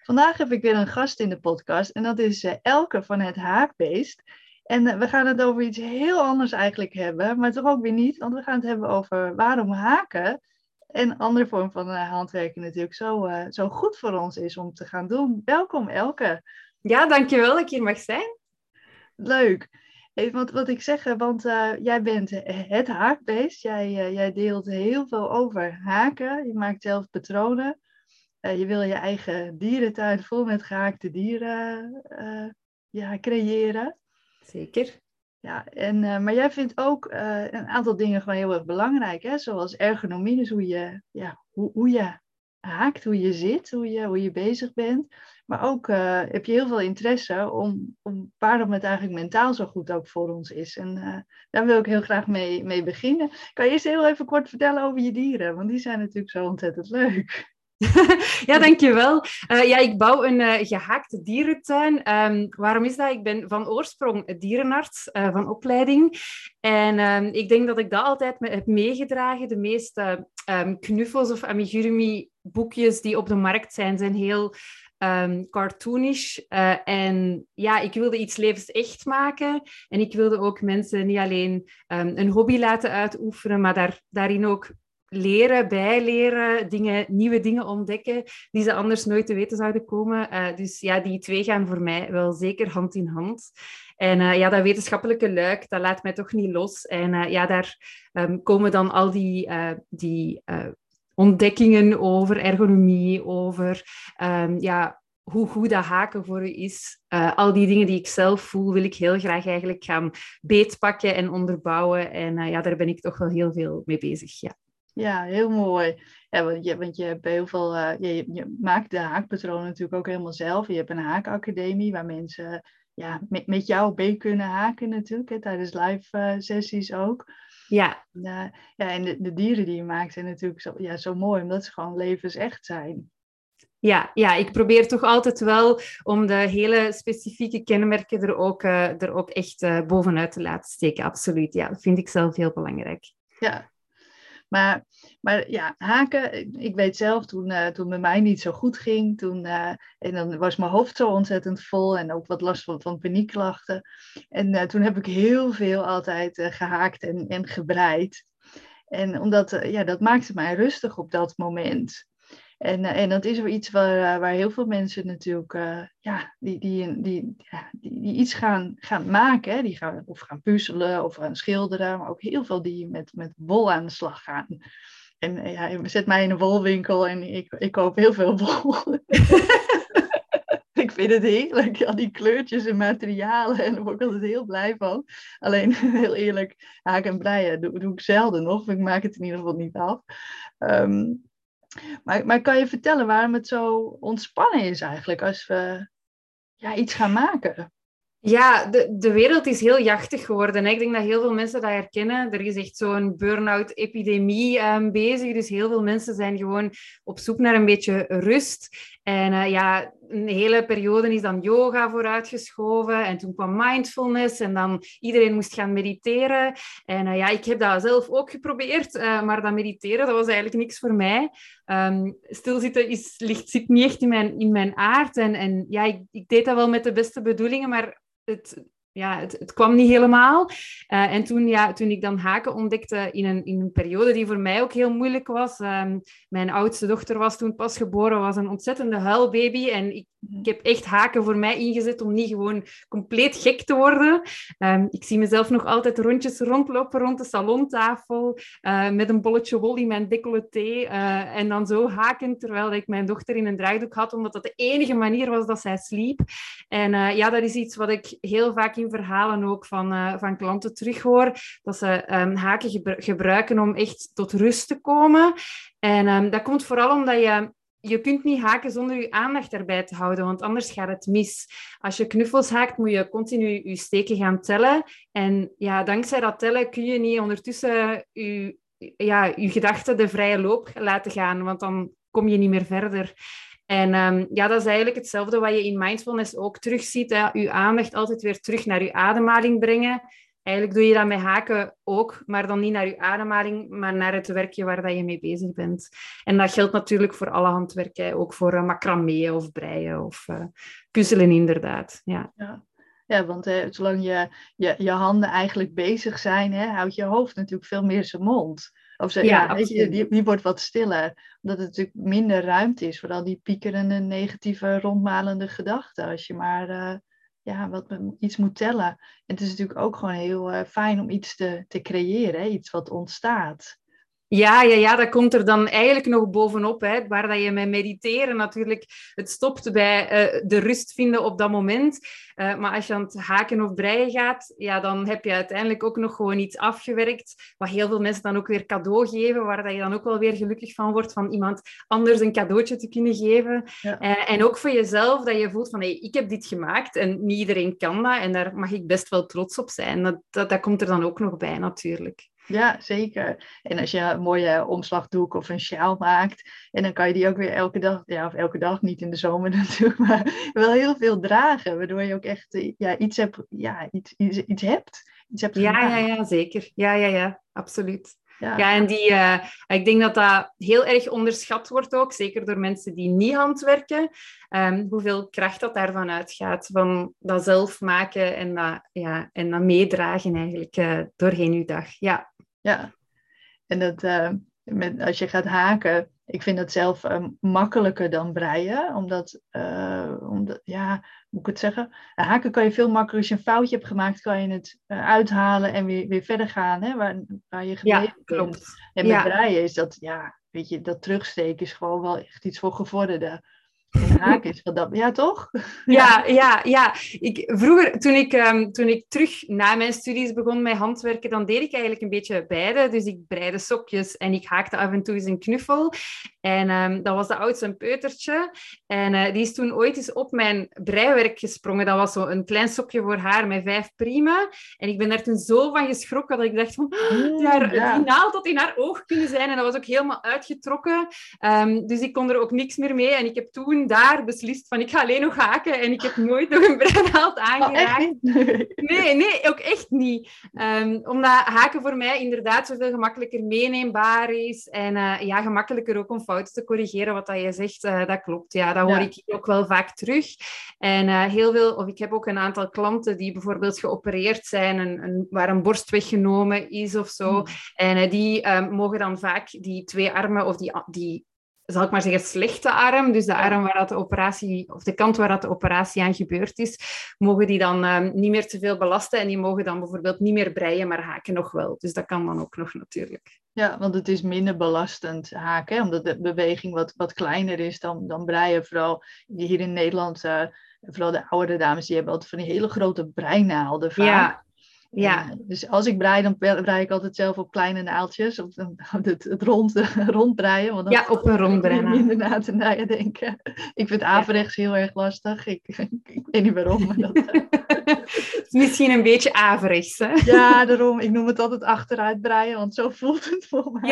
Vandaag heb ik weer een gast in de podcast en dat is Elke van het Haakbeest. En we gaan het over iets heel anders eigenlijk hebben, maar toch ook weer niet, want we gaan het hebben over waarom haken en andere vorm van handwerken natuurlijk zo goed voor ons is om te gaan doen. Welkom Elke. Ja, dankjewel dat ik hier mag zijn. Leuk. Hey, wat ik zeg, want jij bent het haakbeest. Jij deelt heel veel over haken. Je maakt zelf patronen. Je wil je eigen dierentuin vol met gehaakte dieren creëren. Zeker. Ja, maar jij vindt ook een aantal dingen gewoon heel erg belangrijk, hè? Zoals ergonomie, dus hoe je haakt, hoe je zit, hoe je bezig bent. Maar ook heb je heel veel interesse om waarom het eigenlijk mentaal zo goed ook voor ons is. En daar wil ik heel graag mee beginnen. Kan je eerst heel even kort vertellen over je dieren? Want die zijn natuurlijk zo ontzettend leuk. Ja, dankjewel. Ik bouw een gehaakte dierentuin. Waarom is dat? Ik ben van oorsprong dierenarts van opleiding. En ik denk dat ik dat altijd heb meegedragen. De meeste knuffels of amigurumi boekjes die op de markt zijn, zijn heel cartoonish. En ja, ik wilde iets levensecht maken. En ik wilde ook mensen niet alleen een hobby laten uitoefenen, maar daarin ook bijleren, nieuwe dingen ontdekken die ze anders nooit te weten zouden komen. Dus ja, die twee gaan voor mij wel zeker hand in hand. En dat wetenschappelijke luik, dat laat mij toch niet los. En daar komen dan al die ontdekkingen over ergonomie, over hoe goed dat haken voor u is. Al die dingen die ik zelf voel, wil ik heel graag eigenlijk gaan beetpakken en onderbouwen. En daar ben ik toch wel heel veel mee bezig, ja. Ja, heel mooi. Ja, want je hebt heel veel. Je maakt de haakpatronen natuurlijk ook helemaal zelf. Je hebt een haakacademie waar mensen met jou mee kunnen haken natuurlijk. Hè, tijdens live sessies ook. Ja. En de dieren die je maakt zijn natuurlijk zo mooi, omdat ze gewoon levensecht zijn. Ja, ik probeer toch altijd wel om de hele specifieke kenmerken er ook echt bovenuit te laten steken. Absoluut, ja. Dat vind ik zelf heel belangrijk. Ja. Maar ja, haken, ik weet zelf toen bij mij niet zo goed ging, en dan was mijn hoofd zo ontzettend vol en ook wat last van paniekklachten. En toen heb ik heel veel altijd gehaakt en gebreid. En omdat, dat maakte mij rustig op dat moment. En dat is wel iets waar heel veel mensen natuurlijk, die iets gaan maken. Hè? Die gaan puzzelen of gaan schilderen. Maar ook heel veel die met wol aan de slag gaan. En zet mij in een wolwinkel en ik koop heel veel wol. Ik vind het heerlijk, al die kleurtjes en materialen. En daar word ik altijd heel blij van. Alleen, heel eerlijk, haken en breien doe ik zelden nog. Ik maak het in ieder geval niet af. Maar kan je vertellen waarom het zo ontspannen is eigenlijk als we iets gaan maken? Ja, de wereld is heel jachtig geworden. Hè. Ik denk dat heel veel mensen dat herkennen. Er is echt zo'n burn-out-epidemie bezig. Dus heel veel mensen zijn gewoon op zoek naar een beetje rust. En een hele periode is dan yoga vooruitgeschoven. En toen kwam mindfulness. En dan iedereen moest gaan mediteren. En ik heb dat zelf ook geprobeerd. Maar dat mediteren, dat was eigenlijk niks voor mij. Stilzitten zit niet echt in mijn aard. En ik deed dat wel met de beste bedoelingen, maar het kwam niet helemaal. En toen ik dan haken ontdekte in een periode die voor mij ook heel moeilijk was. Mijn oudste dochter was toen pas geboren, was een ontzettende huilbaby. En ik heb echt haken voor mij ingezet om niet gewoon compleet gek te worden. Ik zie mezelf nog altijd rondjes rondlopen rond de salontafel. Met een bolletje wol in mijn decolleté. En dan zo haken terwijl ik mijn dochter in een draagdoek had. Omdat dat de enige manier was dat zij sliep. En dat is iets wat ik heel vaak in verhalen ook van klanten terughoor. Dat ze haken gebruiken om echt tot rust te komen. En dat komt vooral omdat je kunt niet haken zonder je aandacht erbij te houden, want anders gaat het mis. Als je knuffels haakt, moet je je steken gaan tellen. En ja, dankzij dat tellen kun je niet ondertussen je gedachten de vrije loop laten gaan, want dan kom je niet meer verder. En dat is eigenlijk hetzelfde wat je in mindfulness ook terugziet. Hè? Je aandacht altijd weer terug naar je ademhaling brengen. eigenlijk doe je dat met haken ook, maar dan niet naar je ademhaling, maar naar het werkje waar dat je mee bezig bent. En dat geldt natuurlijk voor alle handwerk, hè. Ook voor macramé of breien of puzzelen inderdaad. Ja. Ja, want zolang je handen eigenlijk bezig zijn, houdt je hoofd natuurlijk veel meer zijn mond. Of zo, Ja, ja, weet je, absoluut. die wordt wat stiller. Omdat het natuurlijk minder ruimte is voor al die piekerende, negatieve, rondmalende gedachten. Als je maar iets moet tellen. En het is natuurlijk ook gewoon heel fijn om iets te creëren, hè? Iets wat ontstaat. Ja, dat komt er dan eigenlijk nog bovenop, hè, waar dat je met mediteren natuurlijk, het stopt bij de rust vinden op dat moment. Maar als je aan het haken of breien gaat, ja, dan heb je uiteindelijk ook nog gewoon iets afgewerkt, wat heel veel mensen dan ook weer cadeau geven, waar dat je dan ook wel weer gelukkig van wordt van iemand anders een cadeautje te kunnen geven. Ja. En ook voor jezelf, dat je voelt van, hey, ik heb dit gemaakt en niet iedereen kan dat en daar mag ik best wel trots op zijn. Dat komt er dan ook nog bij natuurlijk. Ja, zeker. En als je een mooie omslagdoek of een sjaal maakt, en dan kan je die ook weer elke dag, ja, of elke dag niet in de zomer natuurlijk, maar wel heel veel dragen, waardoor je ook echt iets hebt, iets hebt, iets hebt gemaakt. Ja, zeker. Ja, absoluut. Ja, Ja, en ik denk dat dat heel erg onderschat wordt ook, zeker door mensen die niet handwerken, hoeveel kracht dat daarvan uitgaat, van dat zelf maken en dat meedragen eigenlijk doorheen uw dag. Ja. ja. En als je gaat haken, ik vind dat zelf makkelijker dan breien. Omdat, ja, hoe moet ik het zeggen? Haken kan je veel makkelijker. Als je een foutje hebt gemaakt, kan je het uithalen en weer verder gaan, hè, waar je Ja, gebleven bent. klopt. En met Ja. breien is dat, ja, weet je, dat terugsteken is gewoon wel echt iets voor gevorderden. En haken is wat dat, ja, toch? Ja. Ja. Vroeger, toen ik terug na mijn studies begon met handwerken, dan deed ik eigenlijk een beetje beide. Dus ik breide sokjes en ik haakte af en toe eens een knuffel. En dat was de oudste een peutertje. En die is toen ooit eens op mijn breiwerk gesprongen. Dat was zo een klein sokje voor haar met 5 prima. En ik ben daar toen zo van geschrokken dat ik dacht van, die Ja. naald had in haar oog kunnen zijn. En dat was ook helemaal uitgetrokken. Dus ik kon er ook niks meer mee. En ik heb toen daar beslist van, ik ga alleen nog haken. En ik heb nooit nog een breinaald Oh, echt aangeraakt. niet? Nee, ook echt niet. Omdat haken voor mij inderdaad zoveel gemakkelijker meeneembaar is. En gemakkelijker ook om fouten te corrigeren. Wat dat je zegt, dat klopt. Ja, dat hoor Ja. ik ook wel vaak terug. En ik heb ook een aantal klanten die bijvoorbeeld geopereerd zijn, waar een borst weggenomen is of zo. En die mogen dan vaak die 2 armen of die zal ik maar zeggen, slechte arm, dus de arm waar dat de operatie, of de kant waar dat de operatie aan gebeurd is, mogen die dan niet meer te veel belasten en die mogen dan bijvoorbeeld niet meer breien, maar haken nog wel. Dus dat kan dan ook nog natuurlijk. Ja, want het is minder belastend haken, hè, omdat de beweging wat kleiner is dan breien. Vooral hier in Nederland, vooral de oudere dames, die hebben altijd van die hele grote breinaalden vaak. Ja. Dus als ik brei, dan brei ik altijd zelf op kleine naaltjes, op het rond breien, want dan Op een rond hoef je breien. minder na te nadenken. Ik vind averechts heel erg lastig. Ik weet niet waarom. Maar Het is misschien een beetje averechts, hè? Ja, daarom. Ik noem het altijd achteruit breien, want zo voelt het voor mij.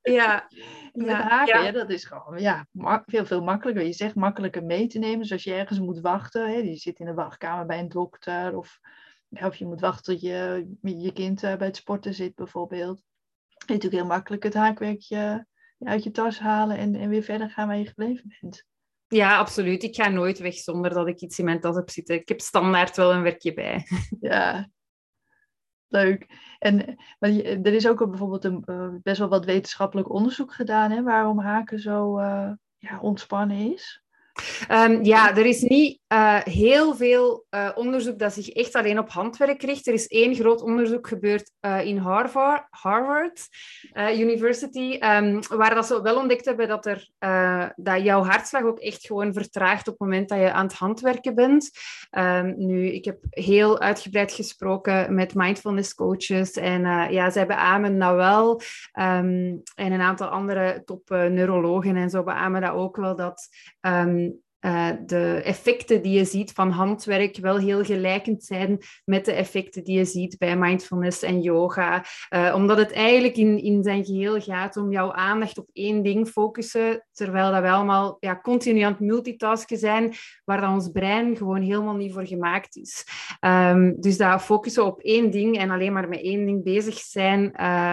Met haken, dat is gewoon veel makkelijker. Je zegt makkelijker mee te nemen. Dus als je ergens moet wachten, hè, je zit in de wachtkamer bij een dokter of je moet wachten tot je kind bij het sporten zit bijvoorbeeld. Het is natuurlijk heel makkelijk het haakwerkje uit je tas halen en weer verder gaan waar je gebleven bent. Ja, absoluut. Ik ga nooit weg zonder dat ik iets in mijn tas heb zitten. Ik heb standaard wel een werkje bij. Ja, leuk. Maar er is ook bijvoorbeeld best wel wat wetenschappelijk onderzoek gedaan, hè, waarom haken zo ontspannen is. Er is niet heel veel onderzoek dat zich echt alleen op handwerk richt. Er is 1 groot onderzoek gebeurd in Harvard University, waar dat ze wel ontdekt hebben dat jouw hartslag ook echt gewoon vertraagt op het moment dat je aan het handwerken bent. Ik heb heel uitgebreid gesproken met mindfulness coaches en zij beamen dat wel. En een aantal andere top neurologen en zo beamen dat ook wel, dat de effecten die je ziet van handwerk wel heel gelijkend zijn met de effecten die je ziet bij mindfulness en yoga. Omdat het eigenlijk in zijn geheel gaat om jouw aandacht op één ding focussen, terwijl dat we allemaal continu aan het multitasken zijn, waar dat ons brein gewoon helemaal niet voor gemaakt is. Dus dat focussen op één ding en alleen maar met één ding bezig zijn,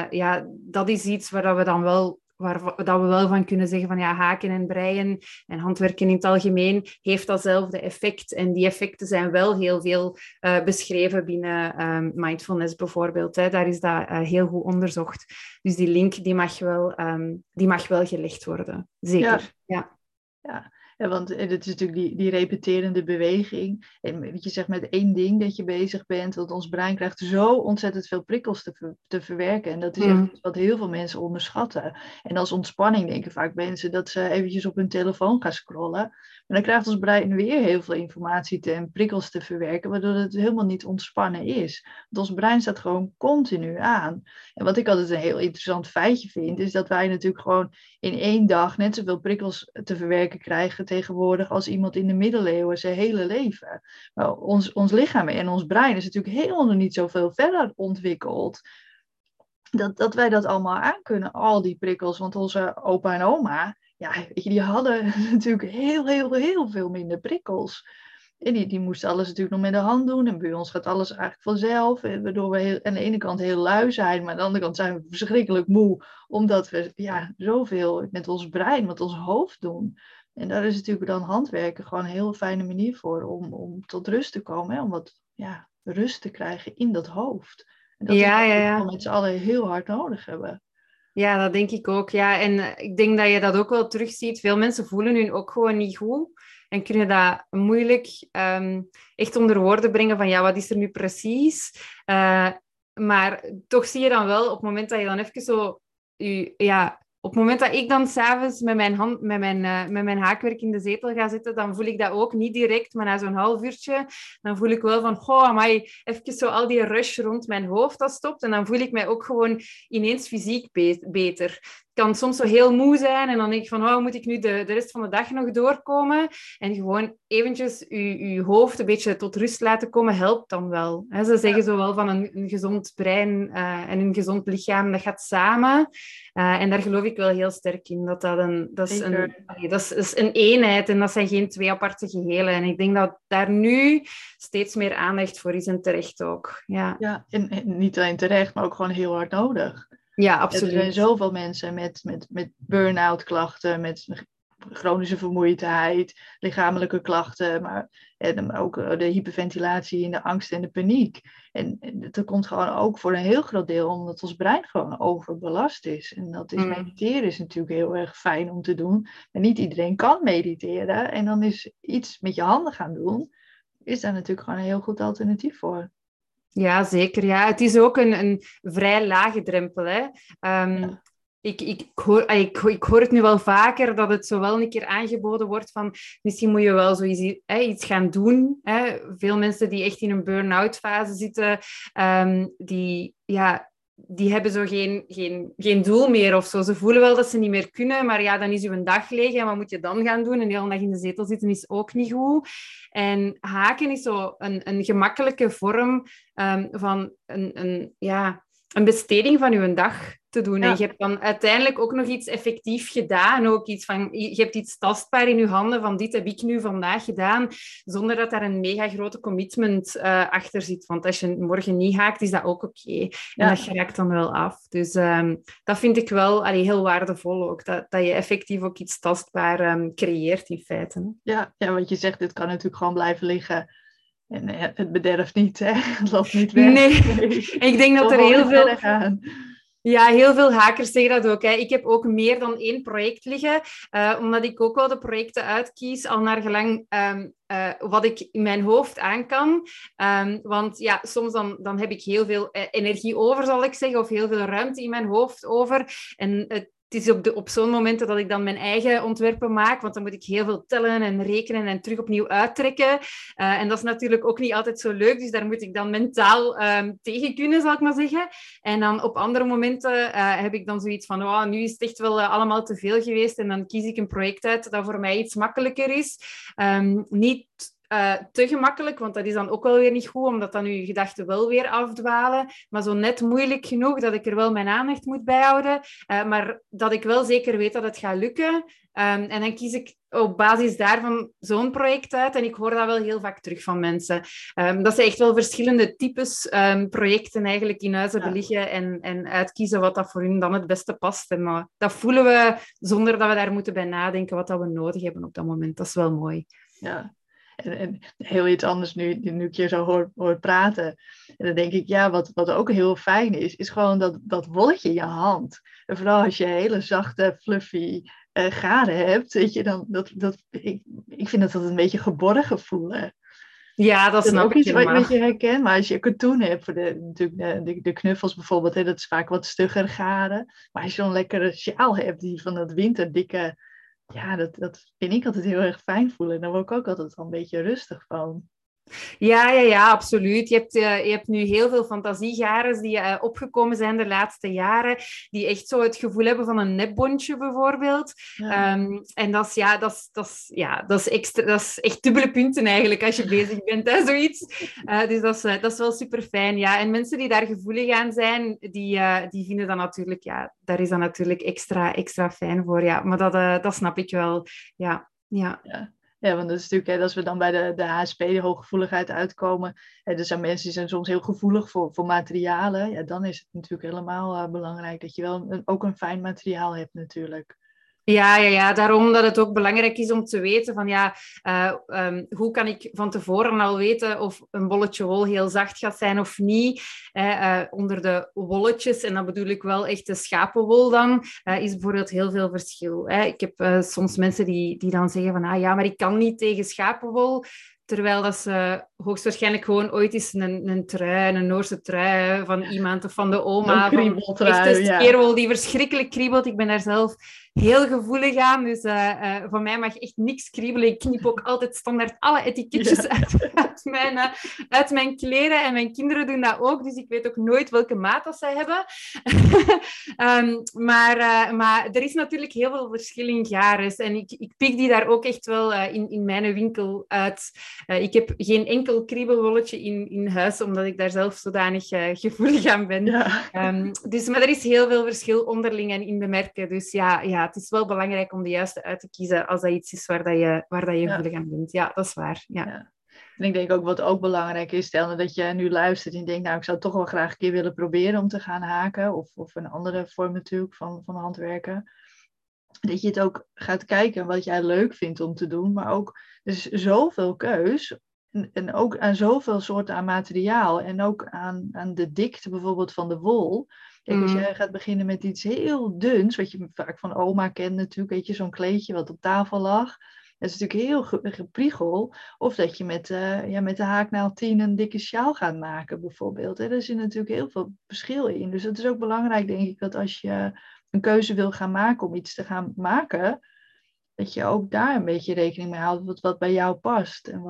dat is iets waar we dan wel dat we wel van kunnen zeggen van haken en breien en handwerken in het algemeen heeft datzelfde effect. En die effecten zijn wel heel veel beschreven binnen mindfulness bijvoorbeeld. Hè. Daar is dat heel goed onderzocht. Dus die link die mag wel gelegd worden. Zeker. Ja, want het is natuurlijk die repeterende beweging. En wat je zegt, met één ding dat je bezig bent. Want ons brein krijgt zo ontzettend veel prikkels te verwerken. En dat is echt iets wat heel veel mensen onderschatten. En als ontspanning denken vaak mensen dat ze eventjes op hun telefoon gaan scrollen. Maar dan krijgt ons brein weer heel veel informatie en prikkels te verwerken. Waardoor het helemaal niet ontspannen is. Want ons brein staat gewoon continu aan. En wat ik altijd een heel interessant feitje vind. Is dat wij natuurlijk gewoon in één dag net zoveel prikkels te verwerken krijgen tegenwoordig als iemand in de middeleeuwen zijn hele leven. Maar ons lichaam en ons brein is natuurlijk helemaal nog niet zoveel verder ontwikkeld. Dat wij dat allemaal aankunnen, al die prikkels. Want onze opa en oma, die hadden natuurlijk heel veel minder prikkels. En die moesten alles natuurlijk nog met de hand doen. En bij ons gaat alles eigenlijk vanzelf. Waardoor we aan de ene kant heel lui zijn. Maar aan de andere kant zijn we verschrikkelijk moe. Omdat we zoveel met ons brein, met ons hoofd doen. En daar is natuurlijk dan handwerken gewoon een heel fijne manier voor. Om tot rust te komen. Hè? Om wat rust te krijgen in dat hoofd. En dat is wat we met z'n allen heel hard nodig hebben. Ja, dat denk ik ook. Ja. En ik denk dat je dat ook wel terugziet. Veel mensen voelen hun ook gewoon niet goed. En kunnen dat moeilijk echt onder woorden brengen van wat is er nu precies? Maar toch zie je dan wel op het moment dat je dan even zo... op het moment dat ik dan s'avonds met mijn haakwerk in de zetel ga zitten, dan voel ik dat ook niet direct, maar na zo'n half uurtje, dan voel ik wel van, amai, even zo al die rush rond mijn hoofd dat stopt. En dan voel ik mij ook gewoon ineens fysiek beter. Ik kan soms zo heel moe zijn en dan denk ik van, moet ik nu de rest van de dag nog doorkomen? En gewoon eventjes je hoofd een beetje tot rust laten komen, helpt dan wel. Ze zeggen zo wel van een gezond brein en een gezond lichaam, dat gaat samen. En daar geloof ik wel heel sterk in. Dat is een eenheid en dat zijn geen twee aparte gehelen. En ik denk dat daar nu steeds meer aandacht voor is en terecht ook. Ja, en niet alleen terecht, maar ook gewoon heel hard nodig. Ja, absoluut. Er zijn zoveel mensen met burn-out klachten, met chronische vermoeidheid, lichamelijke klachten, maar ook de hyperventilatie en de angst en de paniek. En dat komt gewoon ook voor een heel groot deel omdat ons brein gewoon overbelast is. En dat is mediteren is natuurlijk heel erg fijn om te doen. Maar niet iedereen kan mediteren. En dan is iets met je handen gaan doen, is daar natuurlijk gewoon een heel goed alternatief voor. Ja, zeker. Ja. Het is ook een vrij lage drempel. Hè. Ik hoor het nu wel vaker dat het zo wel een keer aangeboden wordt van misschien moet je wel zoiets iets gaan doen. Hè. Veel mensen die echt in een burn-out fase zitten, die hebben zo geen doel meer of zo. Ze voelen wel dat ze niet meer kunnen, maar dan is uw dag leeg en wat moet je dan gaan doen? En de hele dag in de zetel zitten is ook niet goed. En haken is zo een gemakkelijke vorm van een besteding van uw dag te doen. Ja. En je hebt dan uiteindelijk ook nog iets effectief gedaan. Ook iets van, je hebt iets tastbaar in je handen van dit heb ik nu vandaag gedaan, zonder dat daar een mega grote commitment achter zit. Want als je morgen niet haakt, is dat ook oké. En dat raakt dan wel af. Dus dat vind ik wel heel waardevol ook. Dat je effectief ook iets tastbaar creëert in feite. Ja, wat je zegt, dit kan natuurlijk gewoon blijven liggen. En het bederft niet, hè? Het loopt niet weg. Nee. Ik denk dat er heel veel... Ja, heel veel hakers zeggen dat ook. Hè. Ik heb ook meer dan 1 project liggen, omdat ik ook wel de projecten uitkies, al naar gelang wat ik in mijn hoofd aan kan. Want soms dan heb ik heel veel energie over, zal ik zeggen, of heel veel ruimte in mijn hoofd over. En het is op zo'n momenten dat ik dan mijn eigen ontwerpen maak, want dan moet ik heel veel tellen en rekenen en terug opnieuw uittrekken. En dat is natuurlijk ook niet altijd zo leuk, dus daar moet ik dan mentaal tegen kunnen, zal ik maar zeggen. En dan op andere momenten heb ik dan zoiets van, oh, nu is het echt wel allemaal te veel geweest en dan kies ik een project uit dat voor mij iets makkelijker is. Niet te gemakkelijk, want dat is dan ook wel weer niet goed, omdat dan je gedachten wel weer afdwalen. Maar zo net moeilijk genoeg dat ik er wel mijn aandacht moet bijhouden. Maar dat ik wel zeker weet dat het gaat lukken. En dan kies ik op basis daarvan zo'n project uit. En ik hoor dat wel heel vaak terug van mensen. Dat ze echt wel verschillende types projecten eigenlijk in huis hebben liggen en uitkiezen wat dat voor hun dan het beste past. En dat voelen we zonder dat we daar moeten bij nadenken wat dat we nodig hebben op dat moment. Dat is wel mooi. Ja. En heel iets anders nu ik je zo hoor praten. En dan denk ik, ja, wat ook heel fijn is gewoon dat wolletje in je hand. En vooral als je hele zachte, fluffy garen hebt, weet je, dan ik vind dat een beetje geborgen voelen. Ja, dat snap ook ik iets helemaal. wat je herkent, maar als je katoen hebt, voor de knuffels bijvoorbeeld, hè, dat is vaak wat stugger garen. Maar als je zo'n lekkere sjaal hebt, die van dat winterdikke, ja, dat vind ik altijd heel erg fijn voelen. Daar word ik ook altijd wel een beetje rustig van. Ja, absoluut. Je hebt nu heel veel fantasiegarens die opgekomen zijn de laatste jaren, die echt zo het gevoel hebben van een nepbondje bijvoorbeeld. Ja. En dat is echt dubbele punten eigenlijk als je bezig bent, hè, zoiets. Dus dat is wel super fijn. Ja. En mensen die daar gevoelig aan zijn, die vinden dat natuurlijk, ja, daar is dat natuurlijk extra fijn voor. Ja. Maar dat snap ik wel. Ja. Ja, want dat is natuurlijk, hè, als we dan bij de HSP, de hooggevoeligheid, uitkomen. Er zijn mensen die zijn soms heel gevoelig voor materialen. Ja, dan is het natuurlijk helemaal belangrijk dat je wel ook een fijn materiaal hebt natuurlijk. Ja, daarom dat het ook belangrijk is om te weten van hoe kan ik van tevoren al weten of een bolletje wol heel zacht gaat zijn of niet. Onder de wolletjes, en dat bedoel ik wel echt de schapenwol dan, is bijvoorbeeld heel veel verschil. Ik heb soms mensen die dan zeggen van, maar ik kan niet tegen schapenwol. Terwijl dat ze hoogstwaarschijnlijk gewoon ooit eens een trui, een Noorse trui van iemand of van de oma. Zo'n kriebeltrui, echte skeerwol die verschrikkelijk kriebelt. Ik ben daar zelf heel gevoelig aan. Dus voor mij mag echt niks kriebelen. Ik knip ook altijd standaard alle etiketjes uit mijn kleren. En mijn kinderen doen dat ook. Dus ik weet ook nooit welke maat dat zij hebben. Maar er is natuurlijk heel veel verschil in garens. En ik pik die daar ook echt wel in mijn winkel uit. Ik heb geen enkel kriebelwolletje in huis, omdat ik daar zelf zodanig gevoelig aan ben. Ja. Maar er is heel veel verschil onderling en in de merken. Dus ja, het is wel belangrijk om de juiste uit te kiezen als dat iets is waar dat je gevoelig aan bent. Ja, dat is waar. Ja. En ik denk ook wat ook belangrijk is, stel dat je nu luistert en denkt, nou, ik zou het toch wel graag een keer willen proberen om te gaan haken. Of een andere vorm natuurlijk van handwerken. Dat je het ook gaat kijken wat jij leuk vindt om te doen. Maar ook, er is zoveel keus. En ook aan zoveel soorten aan materiaal. En ook aan de dikte bijvoorbeeld van de wol. Kijk, als jij gaat beginnen met iets heel duns, wat je vaak van oma kent natuurlijk, weet je, zo'n kleedje wat op tafel lag. Dat is natuurlijk heel gepriegel. Of dat je met de haaknaald 10 een dikke sjaal gaat maken bijvoorbeeld. Daar zit natuurlijk heel veel verschil in. Dus het is ook belangrijk, denk ik, dat als je een keuze wil gaan maken om iets te gaan maken, dat je ook daar een beetje rekening mee houdt wat bij jou past. En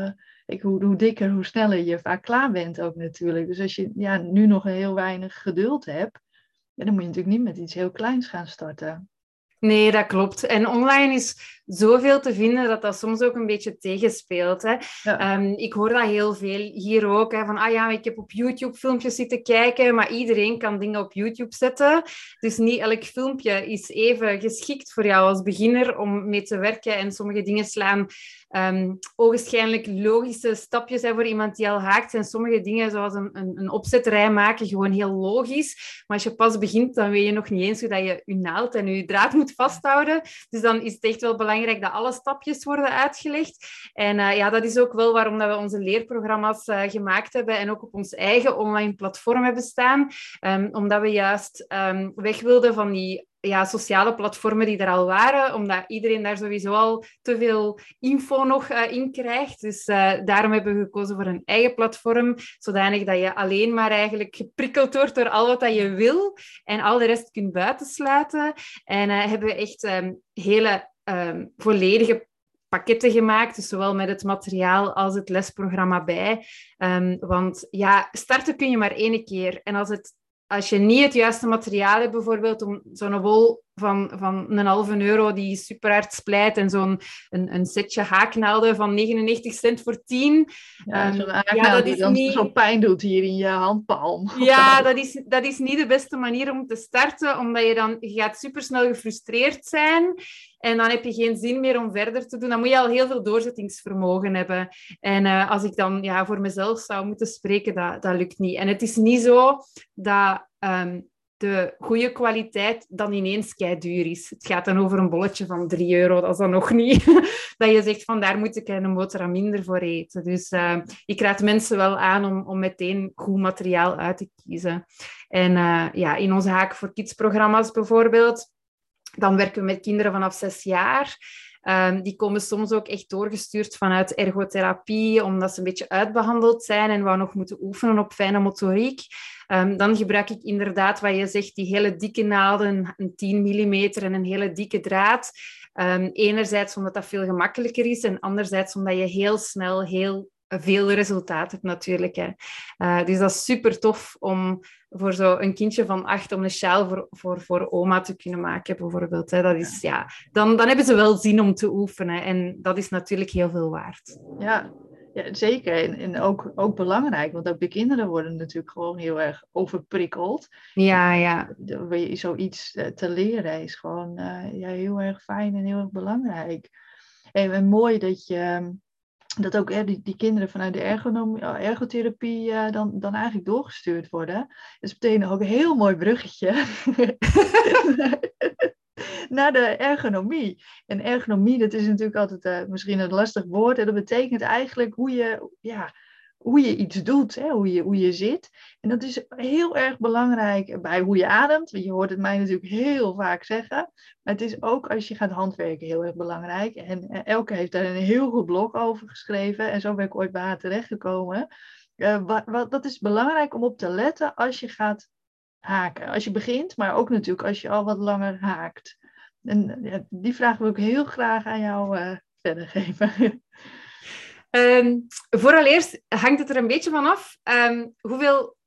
hoe dikker, hoe sneller je vaak klaar bent ook natuurlijk. Dus als je nu nog heel weinig geduld hebt, dan moet je natuurlijk niet met iets heel kleins gaan starten. Nee, dat klopt. En online is zoveel te vinden dat dat soms ook een beetje tegenspeelt. Hè. Ja. Ik hoor dat heel veel hier ook. Hè, van, ik heb op YouTube filmpjes zitten kijken, maar iedereen kan dingen op YouTube zetten. Dus niet elk filmpje is even geschikt voor jou als beginner om mee te werken. En sommige dingen slaan ogenschijnlijk logische stapjes zijn voor iemand die al haakt. En sommige dingen, zoals een opzetrij maken, gewoon heel logisch. Maar als je pas begint, dan weet je nog niet eens hoe dat je je naald en je draad moet vasthouden. Dus dan is het echt wel belangrijk dat alle stapjes worden uitgelegd. En dat is ook wel waarom dat we onze leerprogramma's gemaakt hebben en ook op ons eigen online platform hebben staan. Omdat we juist weg wilden van die sociale platformen die er al waren, omdat iedereen daar sowieso al te veel info nog in krijgt. Dus daarom hebben we gekozen voor een eigen platform, zodanig dat je alleen maar eigenlijk geprikkeld wordt door al wat dat je wil en al de rest kunt buitensluiten. En hebben we echt hele volledige pakketten gemaakt, dus zowel met het materiaal als het lesprogramma bij. Want ja, starten kun je maar 1 keer. En als je niet het juiste materiaal hebt, bijvoorbeeld om zo'n wol van €1,5 die super hard splijt en zo'n een setje haaknaalden van 99 cent voor 10. Ja, zo'n haaknaald die dan niet zo pijn doet hier in je handpalm. Ja, dat is niet de beste manier om te starten, omdat je gaat supersnel gefrustreerd zijn en dan heb je geen zin meer om verder te doen. Dan moet je al heel veel doorzettingsvermogen hebben. En als ik dan voor mezelf zou moeten spreken, dat lukt niet. En het is niet zo dat de goede kwaliteit dan ineens keiduur is. Het gaat dan over een bolletje van €3, dat is dan nog niet. Dat je zegt van daar moet ik een boterham minder voor eten. Dus ik raad mensen wel aan om meteen goed materiaal uit te kiezen. En in onze Haken voor Kids programma's bijvoorbeeld, dan werken we met kinderen vanaf 6 jaar. Die komen soms ook echt doorgestuurd vanuit ergotherapie, omdat ze een beetje uitbehandeld zijn en we nog moeten oefenen op fijne motoriek. Dan gebruik ik inderdaad, wat je zegt, die hele dikke naalden, een 10 millimeter en een hele dikke draad. Enerzijds omdat dat veel gemakkelijker is en anderzijds omdat je heel snel heel veel resultaat hebt natuurlijk. Hè. Dus dat is super tof om voor zo'n kindje van 8 om een sjaal voor oma te kunnen maken, bijvoorbeeld. Hè. Dat is, dan hebben ze wel zin om te oefenen en dat is natuurlijk heel veel waard. Ja, zeker. En ook belangrijk, want ook de kinderen worden natuurlijk gewoon heel erg overprikkeld. Ja. Zoiets te leren is gewoon heel erg fijn en heel erg belangrijk. En mooi dat ook die kinderen vanuit de ergotherapie dan eigenlijk doorgestuurd worden. Dat is meteen ook een heel mooi bruggetje naar de ergonomie. En ergonomie, dat is natuurlijk altijd misschien een lastig woord. En dat betekent eigenlijk hoe je iets doet, hè? Hoe je zit. En dat is heel erg belangrijk bij hoe je ademt. Je hoort het mij natuurlijk heel vaak zeggen. Maar het is ook als je gaat handwerken heel erg belangrijk. En Elke heeft daar een heel goed blog over geschreven. En zo ben ik ooit bij haar terechtgekomen. Dat is belangrijk om op te letten als je gaat haken. Als je begint, maar ook natuurlijk als je al wat langer haakt. En die vraag wil ik heel graag aan jou verder geven. Vooraleerst hangt het er een beetje van af hoeveel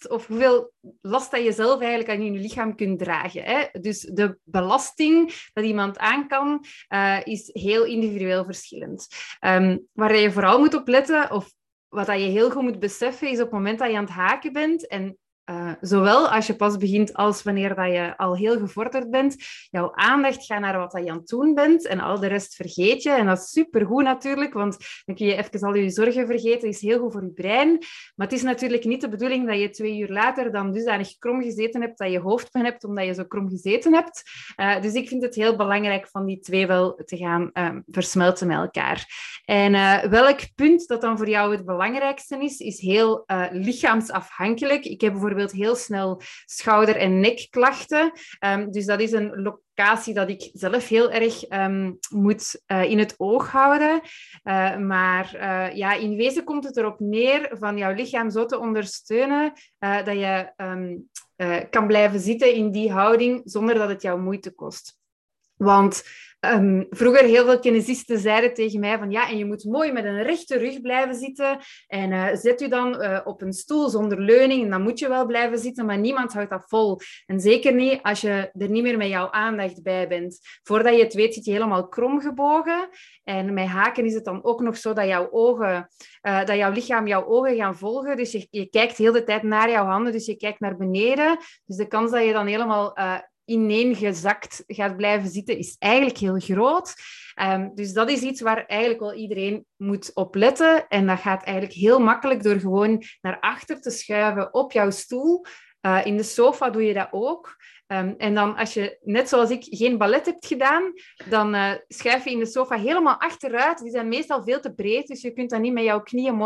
last dat je zelf eigenlijk aan je lichaam kunt dragen. Hè? Dus de belasting dat iemand aan kan, is heel individueel verschillend. Waar je vooral moet op letten, of wat dat je heel goed moet beseffen, is op het moment dat je aan het haken bent en zowel als je pas begint als wanneer dat je al heel gevorderd bent, jouw aandacht gaat naar wat dat je aan het doen bent en al de rest vergeet je. En dat is supergoed natuurlijk, want dan kun je even al je zorgen vergeten. Dat is heel goed voor je brein. Maar het is natuurlijk niet de bedoeling dat je 2 uur later dan dusdanig krom gezeten hebt dat je hoofdpijn hebt omdat je zo krom gezeten hebt. Dus ik vind het heel belangrijk van die twee wel te gaan versmelten met elkaar. En welk punt dat dan voor jou het belangrijkste is heel lichaamsafhankelijk. Ik heb bijvoorbeeld heel snel schouder- en nekklachten. Dus dat is een locatie dat ik zelf heel erg moet in het oog houden. Maar in wezen komt het erop neer van jouw lichaam zo te ondersteunen dat je kan blijven zitten in die houding zonder dat het jou moeite kost. Want vroeger heel veel kinesisten zeiden tegen mij van en je moet mooi met een rechte rug blijven zitten en zet u dan op een stoel zonder leuning en dan moet je wel blijven zitten, maar niemand houdt dat vol. En zeker niet als je er niet meer met jouw aandacht bij bent. Voordat je het weet zit je helemaal krom gebogen en met haken is het dan ook nog zo dat dat jouw lichaam jouw ogen gaan volgen. Dus je kijkt heel de tijd naar jouw handen, dus je kijkt naar beneden. Dus de kans dat je dan helemaal ineengezakt gaat blijven zitten, is eigenlijk heel groot. Dus dat is iets waar eigenlijk wel iedereen moet op letten. En dat gaat eigenlijk heel makkelijk door gewoon naar achter te schuiven op jouw stoel. In de sofa doe je dat ook. En dan als je, net zoals ik, geen ballet hebt gedaan, dan schuif je in de sofa helemaal achteruit. Die zijn meestal veel te breed, dus je kunt dat niet met jouw knieën mooi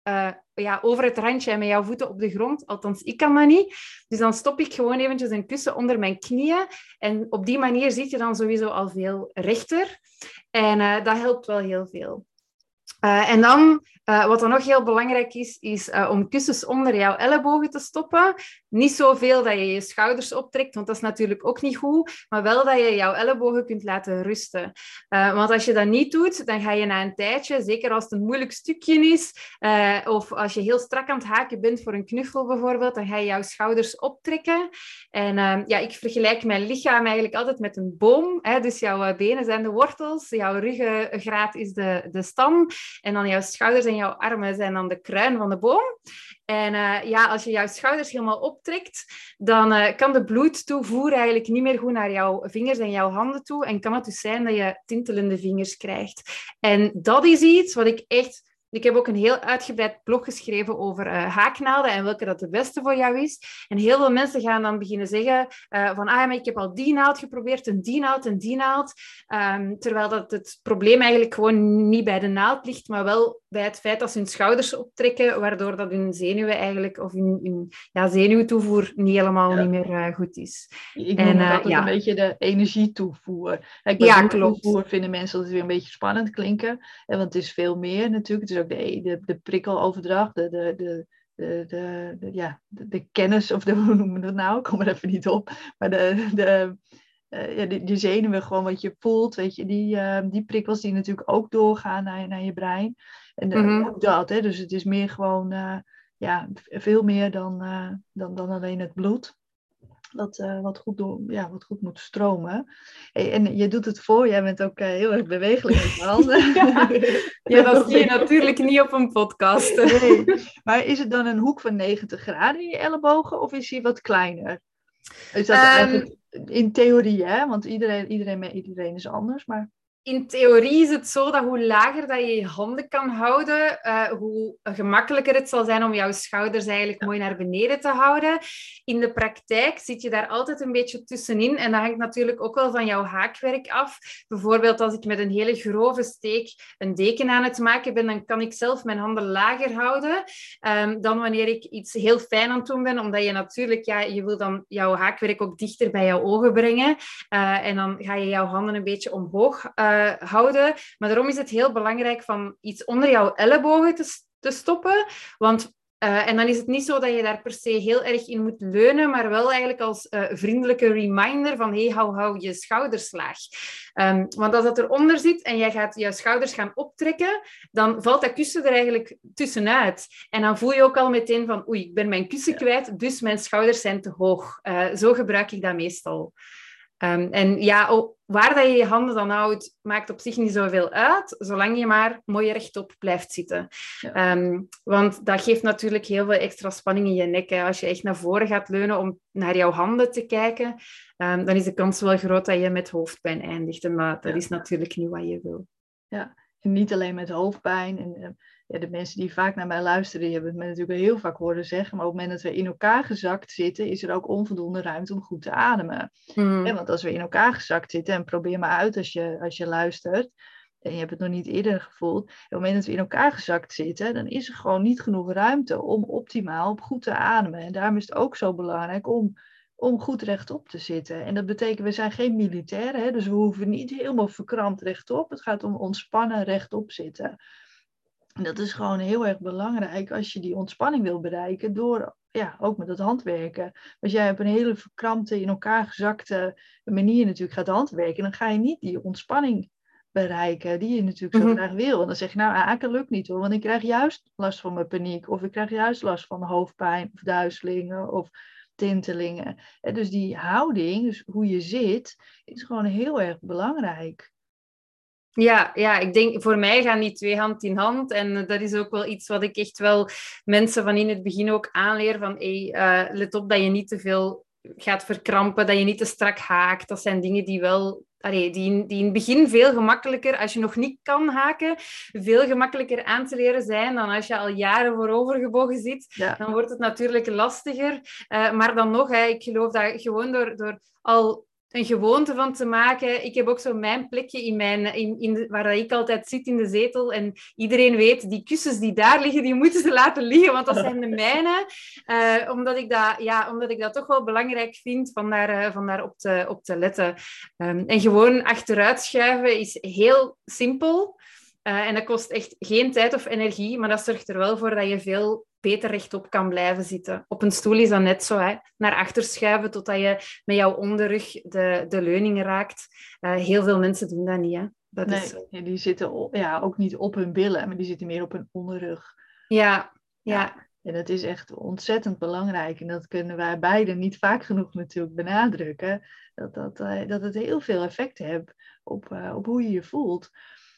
over het randje en met jouw voeten op de grond. Althans, ik kan dat niet. Dus dan stop ik gewoon eventjes een kussen onder mijn knieën. En op die manier zit je dan sowieso al veel rechter. En dat helpt wel heel veel. En dan, wat dan nog heel belangrijk is om kussens onder jouw ellebogen te stoppen. Niet zoveel dat je je schouders optrekt, want dat is natuurlijk ook niet goed. Maar wel dat je jouw ellebogen kunt laten rusten. Want als je dat niet doet, dan ga je na een tijdje, zeker als het een moeilijk stukje is, of als je heel strak aan het haken bent voor een knuffel bijvoorbeeld, dan ga je jouw schouders optrekken. En ik vergelijk mijn lichaam eigenlijk altijd met een boom. Hè? Dus jouw benen zijn de wortels, jouw ruggengraat is de stam. En dan jouw schouders en jouw armen zijn dan de kruin van de boom. En als je jouw schouders helemaal optrekt, dan kan de bloedtoevoer eigenlijk niet meer goed naar jouw vingers en jouw handen toe. En kan het dus zijn dat je tintelende vingers krijgt. En dat is iets wat ik echt... Ik heb ook een heel uitgebreid blog geschreven over haaknaalden en welke dat de beste voor jou is. En heel veel mensen gaan dan beginnen zeggen maar ik heb al die naald geprobeerd en die naald en die naald. Terwijl dat het probleem eigenlijk gewoon niet bij de naald ligt, maar wel bij het feit dat ze hun schouders optrekken, waardoor dat hun zenuwen eigenlijk, of hun zenuwtoevoer niet meer goed is. Ik noem het altijd een beetje de energietoevoer. Bij bloedtoevoer vinden mensen dat het weer een beetje spannend klinken. Want het is veel meer natuurlijk. Het is ook de prikkeloverdracht, de kennis, of hoe noemen we dat nou? Ik kom er even niet op. Maar die zenuwen, gewoon wat je voelt, weet je, die prikkels die natuurlijk ook doorgaan naar je brein. En ook dat, hè? Dus het is meer gewoon, veel meer dan alleen het bloed. Wat goed moet stromen. Hey, en je doet het jij bent ook heel erg bewegelijk met je handen. Ja, dat zie je natuurlijk niet op een podcast. Nee. Maar is het dan een hoek van 90 graden in je ellebogen of is hij wat kleiner? Is dat eigenlijk in theorie, hè? Want iedereen is anders, maar... In theorie is het zo dat hoe lager dat je je handen kan houden, hoe gemakkelijker het zal zijn om jouw schouders eigenlijk mooi naar beneden te houden. In de praktijk zit je daar altijd een beetje tussenin en dat hangt natuurlijk ook wel van jouw haakwerk af. Bijvoorbeeld als ik met een hele grove steek een deken aan het maken ben, dan kan ik zelf mijn handen lager houden dan wanneer ik iets heel fijn aan het doen ben, omdat je natuurlijk, je wil dan jouw haakwerk ook dichter bij jouw ogen brengen en dan ga je jouw handen een beetje omhoog houden. Maar daarom is het heel belangrijk van iets onder jouw ellebogen te stoppen. Want en dan is het niet zo dat je daar per se heel erg in moet leunen, maar wel eigenlijk als vriendelijke reminder van hey, hou je schouders laag. Want als dat eronder zit en jij gaat je schouders gaan optrekken, dan valt dat kussen er eigenlijk tussenuit. En dan voel je ook al meteen van oei, ik ben mijn kussen kwijt, dus mijn schouders zijn te hoog. Zo gebruik ik dat meestal. Waar dat je je handen dan houdt, maakt op zich niet zoveel uit, zolang je maar mooi rechtop blijft zitten. Ja. Want dat geeft natuurlijk heel veel extra spanning in je nek. Hè. Als je echt naar voren gaat leunen om naar jouw handen te kijken, dan is de kans wel groot dat je met hoofdpijn eindigt. En dat is natuurlijk niet wat je wil. Ja, en niet alleen met hoofdpijn. En de mensen die vaak naar mij luisteren, die hebben het me natuurlijk heel vaak horen zeggen. Maar op het moment dat we in elkaar gezakt zitten, is er ook onvoldoende ruimte om goed te ademen. Want als we in elkaar gezakt zitten, en probeer maar uit als je luistert, en je hebt het nog niet eerder gevoeld. Op het moment dat we in elkaar gezakt zitten, dan is er gewoon niet genoeg ruimte om optimaal goed te ademen. En daarom is het ook zo belangrijk om goed rechtop te zitten. En dat betekent, we zijn geen militairen, hè, dus we hoeven niet helemaal verkrampt rechtop. Het gaat om ontspannen rechtop zitten. En dat is gewoon heel erg belangrijk als je die ontspanning wil bereiken door, ook met het handwerken. Als jij op een hele verkrampte, in elkaar gezakte manier natuurlijk gaat handwerken, dan ga je niet die ontspanning bereiken die je natuurlijk zo graag wil. En dan zeg je, haken lukt niet hoor, want ik krijg juist last van mijn paniek, of ik krijg juist last van hoofdpijn, of duizelingen, of tintelingen. En dus die houding, dus hoe je zit, is gewoon heel erg belangrijk. Ja, ik denk, voor mij gaan die twee hand in hand. En dat is ook wel iets wat ik echt wel mensen van in het begin ook aanleer. Van, let op dat je niet te veel gaat verkrampen, dat je niet te strak haakt. Dat zijn dingen die wel... die in het begin veel gemakkelijker, als je nog niet kan haken, veel gemakkelijker aan te leren zijn dan als je al jaren voorovergebogen zit. Ja. Dan wordt het natuurlijk lastiger. Maar dan nog, ik geloof dat gewoon door al een gewoonte van te maken. Ik heb ook zo mijn plekje waar ik altijd zit in de zetel. En iedereen weet, die kussens die daar liggen, die moeten ze laten liggen, want dat zijn de mijne. Omdat ik dat toch wel belangrijk vind van daar op te letten. En gewoon achteruit schuiven is heel simpel. En dat kost echt geen tijd of energie, maar dat zorgt er wel voor dat je veel beter rechtop kan blijven zitten. Op een stoel is dat net zo, hè. Naar achter schuiven totdat je met jouw onderrug de leuning raakt. Heel veel mensen doen dat niet, hè. Die zitten ook niet op hun billen, maar die zitten meer op hun onderrug. Ja. En dat is echt ontzettend belangrijk. En dat kunnen wij beiden niet vaak genoeg natuurlijk benadrukken. Dat het heel veel effect heeft op hoe je je voelt.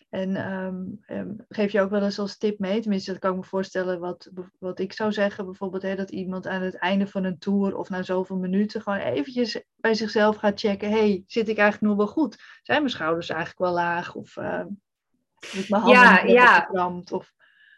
En geef je ook wel eens als tip mee, tenminste dat kan ik me voorstellen wat ik zou zeggen bijvoorbeeld, hè, dat iemand aan het einde van een tour of na zoveel minuten gewoon eventjes bij zichzelf gaat checken, hey, zit ik eigenlijk nog wel goed? Zijn mijn schouders eigenlijk wel laag? Of is mijn handen niet opgekrampt? Of...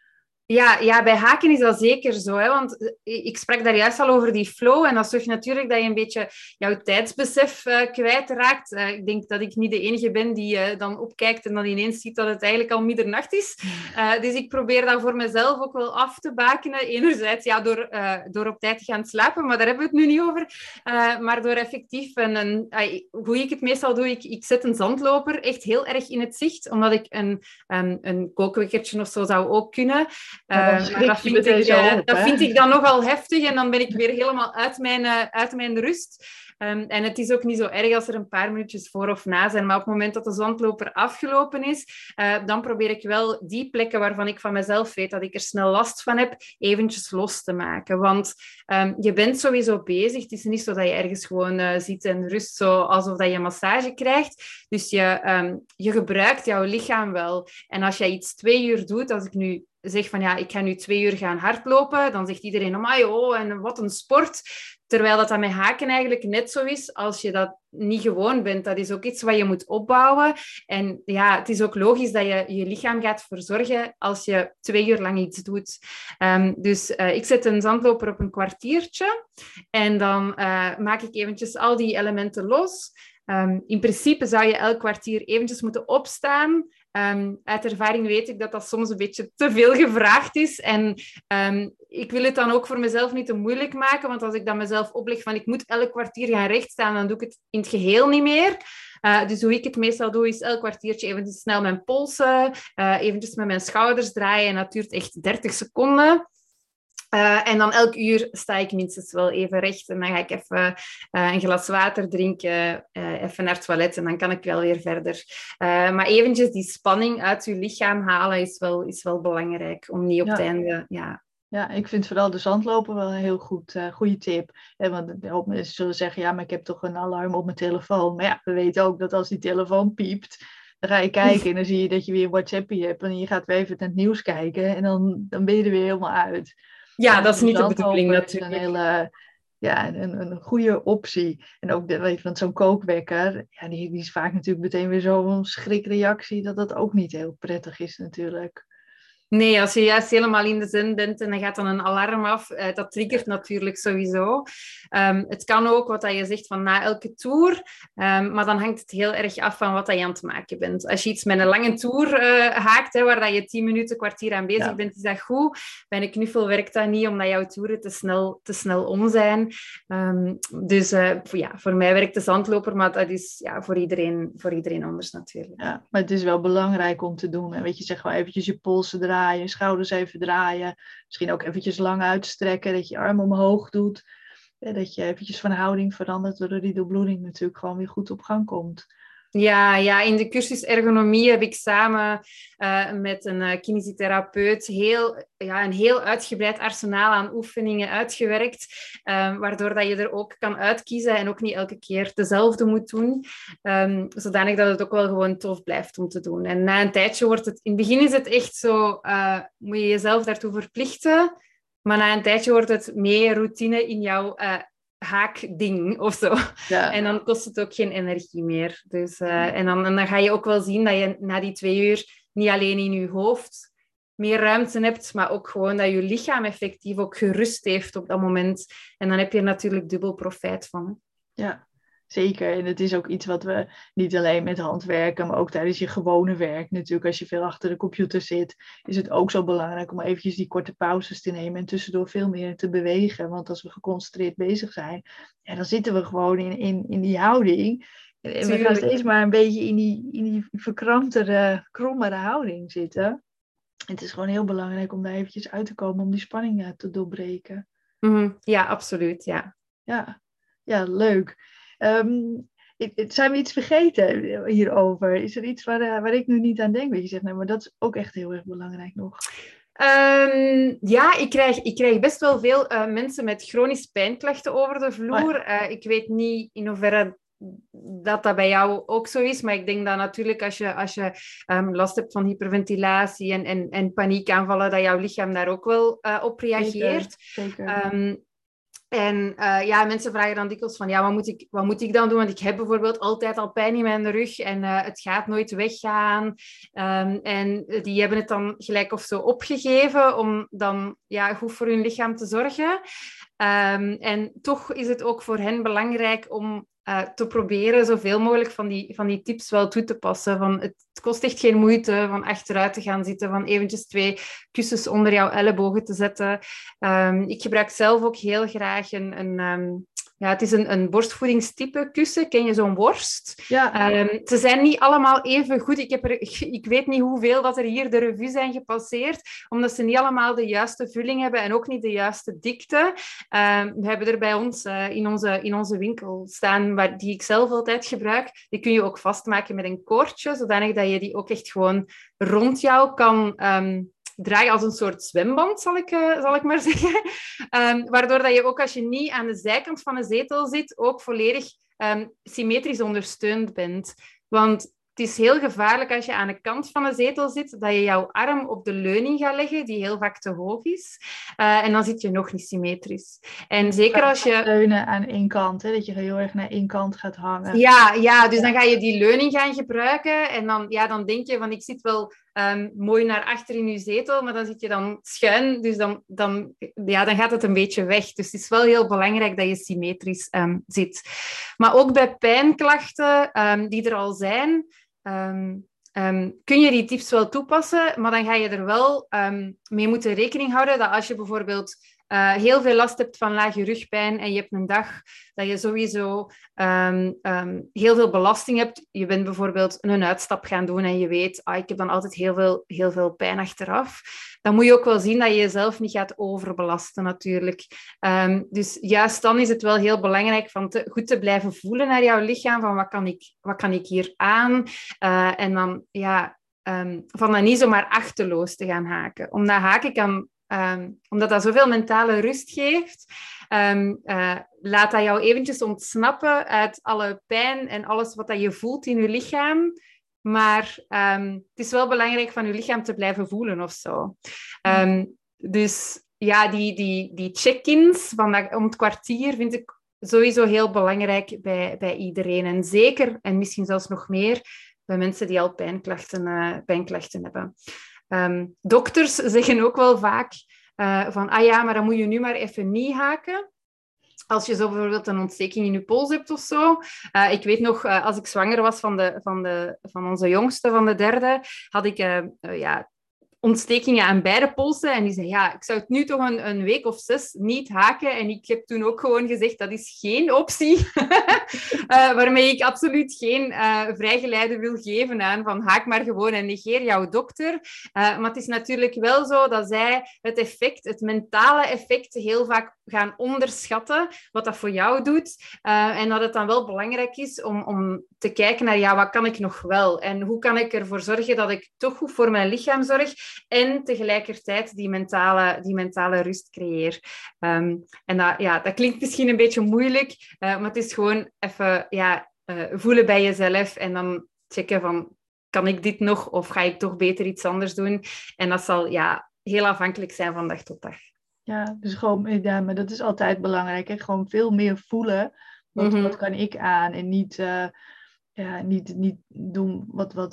Ja, bij haken is dat zeker zo. Hè? Want ik sprak daar juist al over die flow. En dat zorgt natuurlijk dat je een beetje jouw tijdsbesef kwijtraakt. Ik denk dat ik niet de enige ben die dan opkijkt en dan ineens ziet dat het eigenlijk al middernacht is. Dus ik probeer dat voor mezelf ook wel af te bakenen. Enerzijds door op tijd te gaan slapen, maar daar hebben we het nu niet over. Maar door effectief, hoe ik het meestal doe, ik zet een zandloper echt heel erg in het zicht. Omdat ik een kookwekkertje of zo zou ook kunnen. Maar dat vind ik dan nogal heftig en dan ben ik weer helemaal uit mijn rust. En het is ook niet zo erg als er een paar minuutjes voor of na zijn. Maar op het moment dat de zandloper afgelopen is, dan probeer ik wel die plekken waarvan ik van mezelf weet dat ik er snel last van heb, eventjes los te maken. Want je bent sowieso bezig. Het is niet zo dat je ergens gewoon zit en rust, zo alsof dat je een massage krijgt. Dus je gebruikt jouw lichaam wel. En als jij iets 2 uur doet, als ik nu zeg van ja, ik ga nu 2 uur gaan hardlopen, dan zegt iedereen, amai, en wat een sport. Terwijl dat met haken eigenlijk net zo is als je dat niet gewoon bent. Dat is ook iets wat je moet opbouwen. En ja, het is ook logisch dat je je lichaam gaat verzorgen als je 2 uur lang iets doet. Dus ik zet een zandloper op een kwartiertje en dan maak ik eventjes al die elementen los. In principe zou je elk kwartier eventjes moeten opstaan. Uit ervaring weet ik dat dat soms een beetje te veel gevraagd is. En ik wil het dan ook voor mezelf niet te moeilijk maken, want als ik dan mezelf opleg van ik moet elk kwartier gaan rechtstaan, dan doe ik het in het geheel niet meer. Dus hoe ik het meestal doe, is elk kwartiertje eventjes snel mijn polsen, eventjes met mijn schouders draaien. En dat duurt echt 30 seconden. En dan elk uur sta ik minstens wel even recht. En dan ga ik even een glas water drinken, even naar het toilet en dan kan ik wel weer verder. Maar eventjes die spanning uit je lichaam halen is wel belangrijk. Om niet op het einde... Ja, ik vind vooral de zandlopen wel een heel goede tip. Want een hoop mensen zullen zeggen, ja, maar ik heb toch een alarm op mijn telefoon. Maar ja, we weten ook dat als die telefoon piept, dan ga je kijken en dan zie je dat je weer een WhatsAppje hebt. En je gaat weer even naar het nieuws kijken en dan ben je er weer helemaal uit. Ja, dat is niet de bedoeling natuurlijk. Is een goede optie. En ook, want zo'n kookwekker, die is vaak natuurlijk meteen weer zo'n schrikreactie, dat ook niet heel prettig is natuurlijk. Nee, als je juist helemaal in de zin bent en dan gaat dan een alarm af, dat triggert natuurlijk sowieso. Het kan ook, wat dat je zegt, van na elke tour, maar dan hangt het heel erg af van wat dat je aan het maken bent. Als je iets met een lange tour haakt, waar dat je 10 minuten, kwartier aan bezig bent, is dat goed. Bij een knuffel werkt dat niet, omdat jouw toeren te snel om zijn. Voor mij werkt de zandloper, maar dat is voor iedereen anders natuurlijk. Ja, maar het is wel belangrijk om te doen. En weet je, zeg wel eventjes je polsen draaien, je schouders even draaien. Misschien ook eventjes lang uitstrekken, dat je armen omhoog doet. Dat je eventjes van houding verandert, doordat die doorbloeding natuurlijk gewoon weer goed op gang komt. Ja, in de cursus ergonomie heb ik samen met een kinesitherapeut een heel uitgebreid arsenaal aan oefeningen uitgewerkt, waardoor dat je er ook kan uitkiezen en ook niet elke keer dezelfde moet doen, zodanig dat het ook wel gewoon tof blijft om te doen. En na een tijdje wordt het... In het begin is het echt zo, moet je jezelf daartoe verplichten, maar na een tijdje wordt het meer routine in jouw... haakding of zo. Ja. En dan kost het ook geen energie meer. Dus, en dan ga je ook wel zien dat je na die 2 uur niet alleen in je hoofd meer ruimte hebt, maar ook gewoon dat je lichaam effectief ook gerust heeft op dat moment. En dan heb je er natuurlijk dubbel profijt van. Hè? Ja, Zeker, en het is ook iets wat we niet alleen met handwerken, maar ook tijdens je gewone werk natuurlijk. Als je veel achter de computer zit, is het ook zo belangrijk om eventjes die korte pauzes te nemen en tussendoor veel meer te bewegen. Want als we geconcentreerd bezig zijn, ja, dan zitten we gewoon in die houding. En we gaan Tuurlijk. steeds maar een beetje in die verkramptere, krommere houding zitten. Het is gewoon heel belangrijk om daar eventjes uit te komen, om die spanning te doorbreken. Ja, absoluut, ja. Ja, ja, leuk. Zijn we iets vergeten hierover? Is er iets waar ik nu niet aan denk? Dat je zegt, nee, maar dat is ook echt heel erg belangrijk nog. Ja, ik krijg best wel veel mensen met chronische pijnklachten over de vloer. Oh ja, Ik weet niet in hoeverre dat bij jou ook zo is, maar ik denk dat natuurlijk als je last hebt van hyperventilatie en paniekaanvallen, dat jouw lichaam daar ook wel op zeker, reageert. zeker. Ja, mensen vragen dan dikwijls van, ja, wat moet ik dan doen? Want ik heb bijvoorbeeld altijd al pijn in mijn rug en het gaat nooit weggaan. En die hebben het dan gelijk of zo opgegeven om dan ja, goed voor hun lichaam te zorgen. En toch is het ook voor hen belangrijk om te proberen zoveel mogelijk van die tips wel toe te passen. Van, het kost echt geen moeite van achteruit te gaan zitten, van eventjes 2 kussens onder jouw ellebogen te zetten. Ik gebruik zelf ook heel graag ja, het is een borstvoedingstype kussen. Ken je zo'n worst? Ja, Ze zijn niet allemaal even goed. Ik weet niet hoeveel dat er hier de revue zijn gepasseerd, omdat ze niet allemaal de juiste vulling hebben en ook niet de juiste dikte. We hebben er bij ons in onze winkel staan, die ik zelf altijd gebruik. Die kun je ook vastmaken met een koordje, zodanig dat je die ook echt gewoon rond jou kan dragen als een soort zwemband, zal ik maar zeggen. Waardoor dat je ook als je niet aan de zijkant van een zetel zit, ook volledig symmetrisch ondersteund bent. Want het is heel gevaarlijk als je aan de kant van een zetel zit, dat je jouw arm op de leuning gaat leggen, die heel vaak te hoog is. En dan zit je nog niet symmetrisch. En zeker als je... steunen aan één kant, hè, dat je heel erg naar één kant gaat hangen. Ja, dus dan Ja, ga je die leuning gaan gebruiken en dan denk je van ik zit wel mooi naar achter in je zetel, maar dan zit je dan schuin, dus dan gaat het een beetje weg. Dus het is wel heel belangrijk dat je symmetrisch zit. Maar ook bij pijnklachten die er al zijn, kun je die tips wel toepassen, maar dan ga je er wel mee moeten rekening houden dat als je bijvoorbeeld heel veel last hebt van lage rugpijn en je hebt een dag dat je sowieso heel veel belasting hebt. Je bent bijvoorbeeld een uitstap gaan doen en je weet, ik heb dan altijd heel veel pijn achteraf. Dan moet je ook wel zien dat je jezelf niet gaat overbelasten natuurlijk. Dus juist dan is het wel heel belangrijk van goed te blijven voelen naar jouw lichaam, van wat kan ik hier aan? En dan van dan niet zomaar achteloos te gaan haken. Omdat haken kan... omdat dat zoveel mentale rust geeft, laat dat jou eventjes ontsnappen uit alle pijn en alles wat dat je voelt in je lichaam. Maar het is wel belangrijk van je lichaam te blijven voelen of zo. Dus ja, die check-ins om het kwartier vind ik sowieso heel belangrijk bij iedereen. En zeker, en misschien zelfs nog meer, bij mensen die al pijnklachten hebben. Dokters zeggen ook wel vaak van, maar dan moet je nu maar even niet haken. Als je zo bijvoorbeeld een ontsteking in je pols hebt of zo. Ik weet nog, als ik zwanger was van onze jongste, van de derde, had ik ontstekingen aan beide polsen. En die zei, ik zou het nu toch een week of 6 niet haken. En ik heb toen ook gewoon gezegd, dat is geen optie. Waarmee ik absoluut geen vrijgeleide wil geven aan van haak maar gewoon en negeer jouw dokter. Maar het is natuurlijk wel zo dat zij het mentale effect heel vaak gaan onderschatten, wat dat voor jou doet. En dat het dan wel belangrijk is om te kijken naar, wat kan ik nog wel? En hoe kan ik ervoor zorgen dat ik toch goed voor mijn lichaam zorg en tegelijkertijd die mentale rust creëer. En dat klinkt misschien een beetje moeilijk, maar het is gewoon even voelen bij jezelf en dan checken van, kan ik dit nog of ga ik toch beter iets anders doen? En dat zal heel afhankelijk zijn van dag tot dag. Ja, dus gewoon, maar dat is altijd belangrijk. Hè? Gewoon veel meer voelen. Wat kan ik aan? En niet doen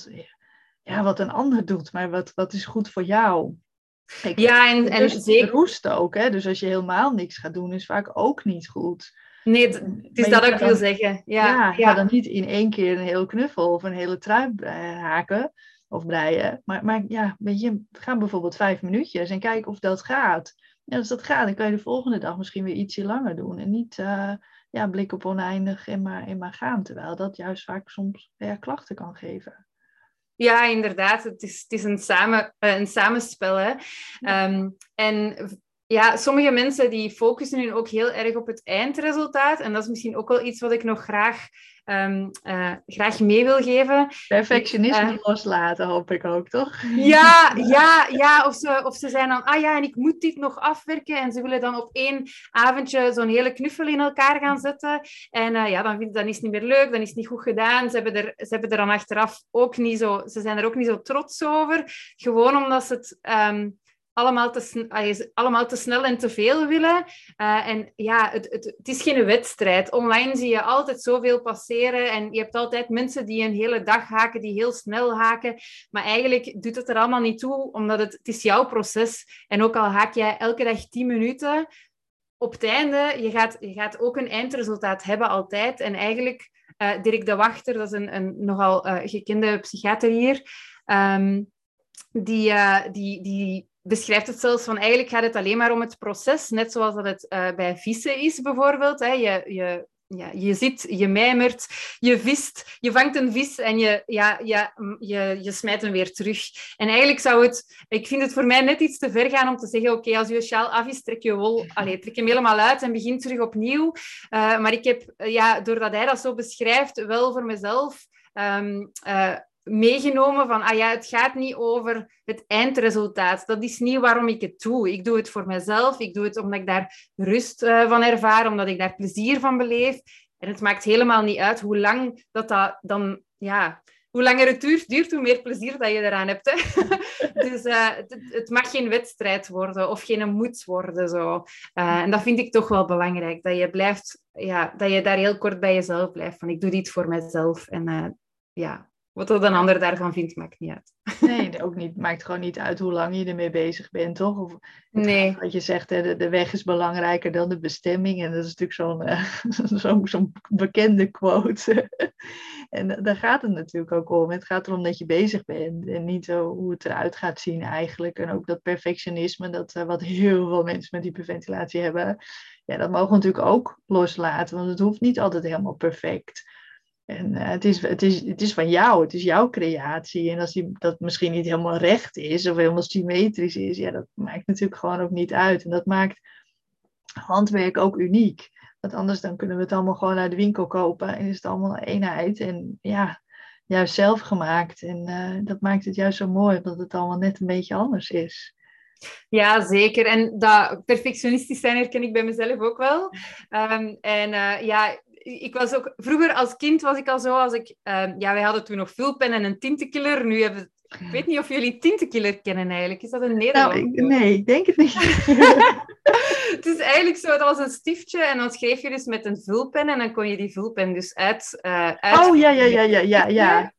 wat een ander doet, maar wat is goed voor jou. En zeker roesten ook, hè? Dus als je helemaal niks gaat doen, is vaak ook niet goed. Nee, het is Maar je dat ook gaat ik wil dan, zeggen. Ja, ja, je gaat ja. dan niet in één keer een heel knuffel of een hele trui haken of breien. Maar ja, weet je, ga bijvoorbeeld 5 minuutjes en kijk of dat gaat. En als dat gaat, dan kan je de volgende dag misschien weer ietsje langer doen. En niet ja, blik op oneindig en maar gaan. Terwijl dat juist vaak soms klachten kan geven. Ja, inderdaad. Het is een samenspel. Hè. Ja. En ja, sommige mensen die focussen nu ook heel erg op het eindresultaat. En dat is misschien ook wel iets wat ik nog graag mee wil geven. Perfectionisme loslaten, hoop ik ook, toch? Ja. Of ze zijn dan, ah ja, en ik moet dit nog afwerken. En ze willen dan op één avondje zo'n hele knuffel in elkaar gaan zetten. En ja, dan is het niet meer leuk, dan is het niet goed gedaan. Ze hebben er dan achteraf ook niet zo, ze zijn er ook niet zo trots over. Gewoon omdat ze het allemaal te snel en te veel willen. En ja, het is geen wedstrijd. Online zie je altijd zoveel passeren en je hebt altijd mensen die een hele dag haken, die heel snel haken. Maar eigenlijk doet het er allemaal niet toe, omdat het is jouw proces. En ook al haak jij elke dag 10 minuten, op het einde, je gaat ook een eindresultaat hebben altijd. En eigenlijk, Dirk de Wachter, dat is een nogal gekende psychiater hier, die beschrijft het zelfs van eigenlijk gaat het alleen maar om het proces, net zoals dat het bij vissen is bijvoorbeeld. Hè. Je zit, je mijmert, je vist, je vangt een vis en je smijt hem weer terug. En eigenlijk ik vind het voor mij net iets te ver gaan om te zeggen, oké, als je sjaal af is, trek hem helemaal uit en begin terug opnieuw. Maar ik heb, doordat hij dat zo beschrijft, wel voor mezelf meegenomen van, het gaat niet over het eindresultaat. Dat is niet waarom ik het doe. Ik doe het voor mezelf. Ik doe het omdat ik daar rust van ervaar, omdat ik daar plezier van beleef. En het maakt helemaal niet uit hoe lang dat dan... Ja, hoe langer het duurt, hoe meer plezier dat je eraan hebt. Hè? Dus het mag geen wedstrijd worden of geen moed worden. Zo. En dat vind ik toch wel belangrijk. Dat je blijft... dat je daar heel kort bij jezelf blijft. Van, ik doe dit voor mezelf. En wat een ander daarvan vindt, maakt niet uit. Nee, ook niet. Maakt gewoon niet uit hoe lang je ermee bezig bent, toch? Of Nee. Wat je zegt, hè, de weg is belangrijker dan de bestemming. En dat is natuurlijk zo'n bekende quote. En daar gaat het natuurlijk ook om. Het gaat erom dat je bezig bent en niet zo hoe het eruit gaat zien eigenlijk. En ook dat perfectionisme, wat heel veel mensen met hyperventilatie hebben. Ja, dat mogen we natuurlijk ook loslaten, want het hoeft niet altijd helemaal perfect. En het is van jou, het is jouw creatie. En als dat misschien niet helemaal recht is of helemaal symmetrisch is, ja, dat maakt natuurlijk gewoon ook niet uit. En dat maakt handwerk ook uniek. Want anders dan kunnen we het allemaal gewoon uit de winkel kopen en is het allemaal een eenheid. En ja, juist zelf gemaakt. En dat maakt het juist zo mooi, dat het allemaal net een beetje anders is. Ja, zeker. En dat perfectionistisch zijn herken ik bij mezelf ook wel. Ik was ook... Vroeger als kind was ik al zo, wij hadden toen nog vulpen en een tintenkiller. Nu hebben... Ik weet niet of jullie tintenkiller kennen eigenlijk. Is dat een Nederlands? Nee, ik denk het niet. Het is eigenlijk zo, dat was een stiftje en dan schreef je dus met een vulpen en dan kon je die vulpen dus uit Oh, ja.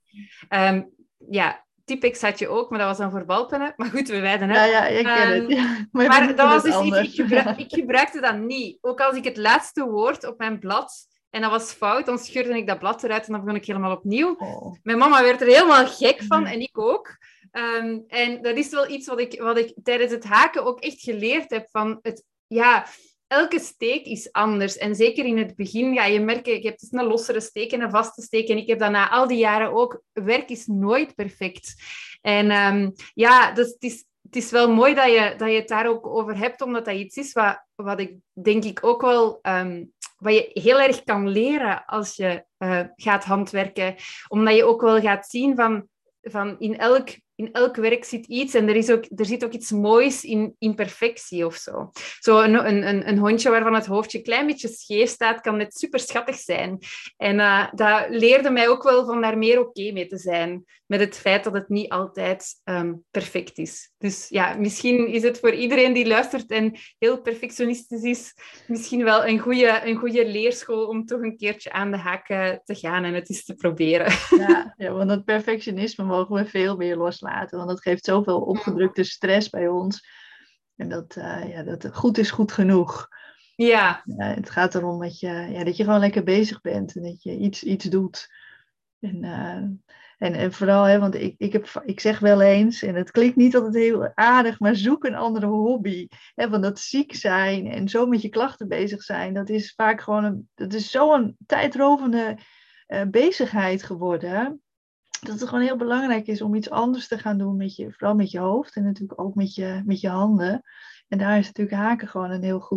Tipex had je ook, maar dat was dan voor balpennen. Maar goed, we wijden uit. Ja, ik ken het. Ja. Maar dat was dus anders. ik gebruikte dat niet. Ook als ik het laatste woord op mijn blad en dat was fout, dan scheurde ik dat blad eruit en dan begon ik helemaal opnieuw. Oh. Mijn mama werd er helemaal gek van en ik ook. En dat is wel iets wat ik tijdens het haken ook echt geleerd heb. Van elke steek is anders. En zeker in het begin ga je merken, je hebt dus een lossere steek en een vaste steek. En ik heb dat na al die jaren ook. Werk is nooit perfect. En dus het is wel mooi dat je het daar ook over hebt, omdat dat iets is wat ik denk ik ook wel... wat je heel erg kan leren als je gaat handwerken. Omdat je ook wel gaat zien van in elk werk zit iets en er zit ook iets moois in imperfectie of zo. Zo een hondje waarvan het hoofdje een klein beetje scheef staat, kan net super schattig zijn. En dat leerde mij ook wel van daar meer oké mee te zijn. Met het feit dat het niet altijd perfect is. Dus ja, misschien is het voor iedereen die luistert en heel perfectionistisch is, misschien wel een goede leerschool om toch een keertje aan de haak te gaan en het eens te proberen. Ja, want dat perfectionisme mogen we veel meer loslaten. Want dat geeft zoveel opgedrukte stress bij ons. En dat goed is goed genoeg. Ja. Het gaat erom dat je gewoon lekker bezig bent en dat je iets doet. En, en vooral, hè, want ik zeg wel eens, en het klinkt niet altijd heel aardig, maar zoek een andere hobby. Hè, want dat ziek zijn en zo met je klachten bezig zijn, dat is vaak gewoon dat is zo'n tijdrovende bezigheid geworden. Dat het gewoon heel belangrijk is om iets anders te gaan doen vooral met je hoofd en natuurlijk ook met je handen. En daar is natuurlijk haken gewoon een heel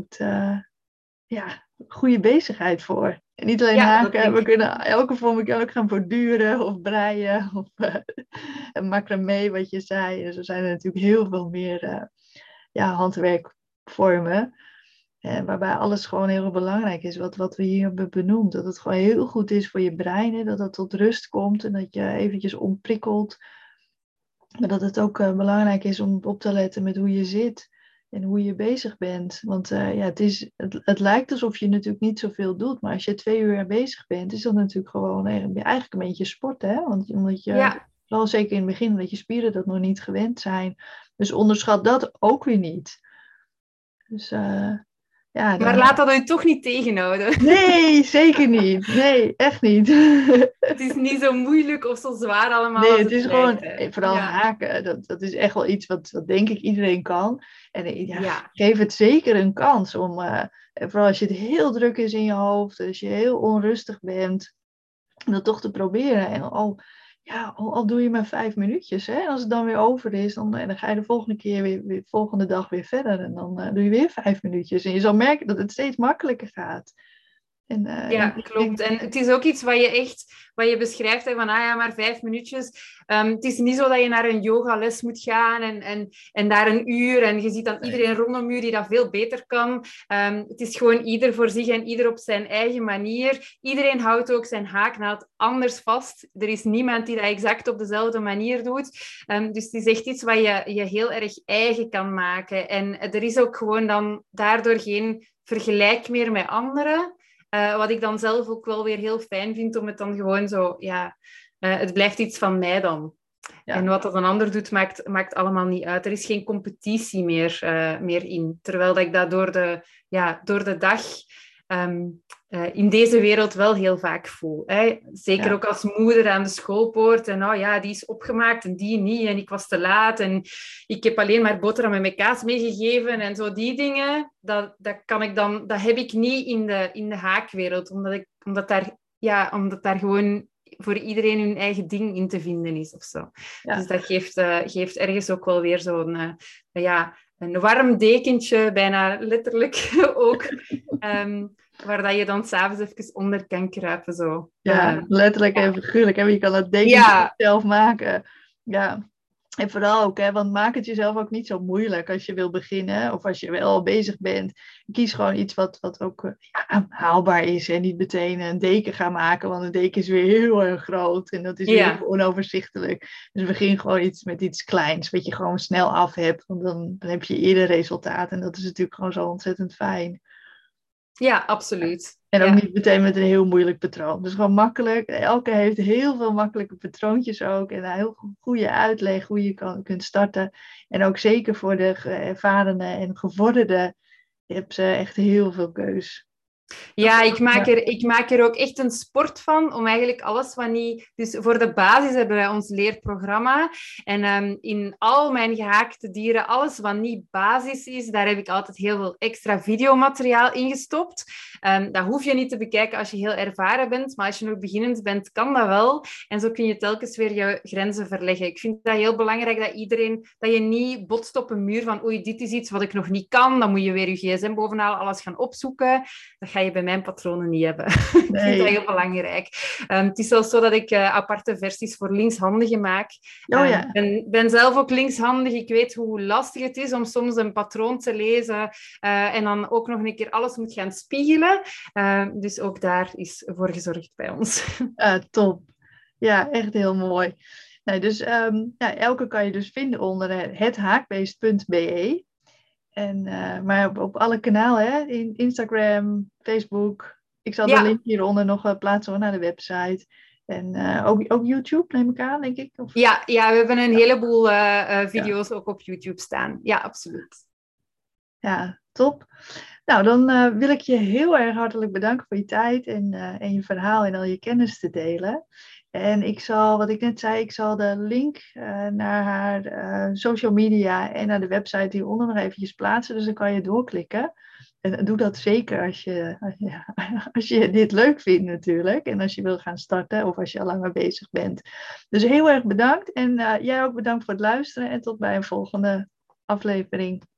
goede bezigheid voor. En niet alleen Ja, dat haken, denk we ik. kunnen elke vorm ook gaan borduren of breien of macramé, wat je zei. En zo zijn er natuurlijk heel veel meer handwerkvormen. Waarbij alles gewoon heel belangrijk is, wat we hier hebben benoemd. Dat het gewoon heel goed is voor je brein, hè, dat het tot rust komt en dat je eventjes ontprikkelt. Maar dat het ook belangrijk is om op te letten met hoe je zit en hoe je bezig bent. Want het lijkt alsof je natuurlijk niet zoveel doet, maar als je 2 uur bezig bent, is dat natuurlijk gewoon eigenlijk een beetje sport, hè? Omdat je, Ja. vooral zeker in het begin, dat je spieren dat nog niet gewend zijn. Dus onderschat dat ook weer niet. Dus Maar laat dat u toch niet tegenhouden. Nee, zeker niet. Nee, echt niet. Het is niet zo moeilijk of zo zwaar allemaal Nee, als het het is gewoon lijkt. Hè. vooral Ja. haken. Dat is echt wel iets wat denk ik iedereen kan. En Ja. geef het zeker een kans om, vooral als je het heel druk is in je hoofd, als je heel onrustig bent, om dat toch te proberen. En al doe je maar 5 minuutjes. Hè? Als het dan weer over is, dan ga je de volgende keer volgende dag weer verder. En dan doe je weer 5 minuutjes. En je zal merken dat het steeds makkelijker gaat. Ja, En ik klopt. denk, En het is ook iets wat je beschrijft, hè, van maar 5 minuutjes. Het is niet zo dat je naar een yogales moet gaan en daar een uur en je ziet dan iedereen rondom je die dat veel beter kan. Het is gewoon ieder voor zich en ieder op zijn eigen manier. Iedereen houdt ook zijn haaknaald anders vast. Er is niemand die dat exact op dezelfde manier doet. Dus het is echt iets wat je heel erg eigen kan maken. En er is ook gewoon dan daardoor geen vergelijk meer met anderen. Wat ik dan zelf ook wel weer heel fijn vind, om het dan gewoon zo... het blijft iets van mij dan. En wat dat een ander doet, maakt allemaal niet uit. Er is geen competitie meer in. Terwijl dat ik dat door de dag in deze wereld wel heel vaak voel. Hè. Zeker ook als moeder aan de schoolpoort. En die is opgemaakt en die niet. En ik was te laat. En ik heb alleen maar boterhammen met kaas meegegeven. En zo die dingen, dat heb ik niet in de haakwereld. Omdat daar gewoon voor iedereen hun eigen ding in te vinden is of zo. Ja. Dus dat geeft ergens ook wel weer zo'n een warm dekentje, bijna letterlijk ook, waar dat je dan s'avonds even onder kan kruipen. Zo. Ja, letterlijk en figuurlijk. Hè? Je kan dat dekentje zelf maken. Ja. En vooral ook, hè, want maak het jezelf ook niet zo moeilijk als je wil beginnen. Of als je wel al bezig bent. Kies gewoon iets wat ook haalbaar is. En niet meteen een deken gaan maken. Want een deken is weer heel erg groot. En dat is weer onoverzichtelijk. Dus begin gewoon met iets kleins. Wat je gewoon snel af hebt. Want dan heb je eerder resultaat. En dat is natuurlijk gewoon zo ontzettend fijn. Ja, absoluut. En ook niet meteen met een heel moeilijk patroon. Dus gewoon makkelijk. Elke heeft heel veel makkelijke patroontjes ook. En een heel goede uitleg hoe je kunt starten. En ook zeker voor de ervarene en gevorderde. Je hebt echt heel veel keus. Ja, ik maak er ook echt een sport van, om eigenlijk alles wat niet... Dus voor de basis hebben wij ons leerprogramma. En in al mijn gehaakte dieren, alles wat niet basis is, daar heb ik altijd heel veel extra videomateriaal ingestopt. Dat hoef je niet te bekijken als je heel ervaren bent, maar als je nog beginnend bent, kan dat wel. En zo kun je telkens weer je grenzen verleggen. Ik vind dat heel belangrijk dat je niet botst op een muur van oei, dit is iets wat ik nog niet kan, dan moet je weer je gsm bovenaan alles gaan opzoeken. Dat ga je bij mijn patronen niet hebben. Nee. Ik vind dat heel belangrijk. Het is zelfs zo dat ik aparte versies voor linkshandigen maak. Ik ben zelf ook linkshandig. Ik weet hoe lastig het is om soms een patroon te lezen en dan ook nog een keer alles moet gaan spiegelen. Dus ook daar is voor gezorgd bij ons. Top. Ja, echt heel mooi. Nou, dus elke kan je dus vinden onder hethaakbeest.be. Maar op alle kanalen, hè? In Instagram, Facebook. Ik zal de link hieronder nog plaatsen naar de website. En ook YouTube, neem ik aan, denk ik. Of... Ja, we hebben een heleboel video's ook op YouTube staan. Ja, absoluut. Ja, Top. Nou, dan wil ik je heel erg hartelijk bedanken voor je tijd en je verhaal en al je kennis te delen. En ik zal, wat ik net zei, ik zal de link naar haar social media en naar de website hieronder nog eventjes plaatsen. Dus dan kan je doorklikken. En doe dat zeker ja, als je dit leuk vindt natuurlijk. En als je wil gaan starten of als je al langer bezig bent. Dus heel erg bedankt. En jij ook bedankt voor het luisteren. En tot bij een volgende aflevering.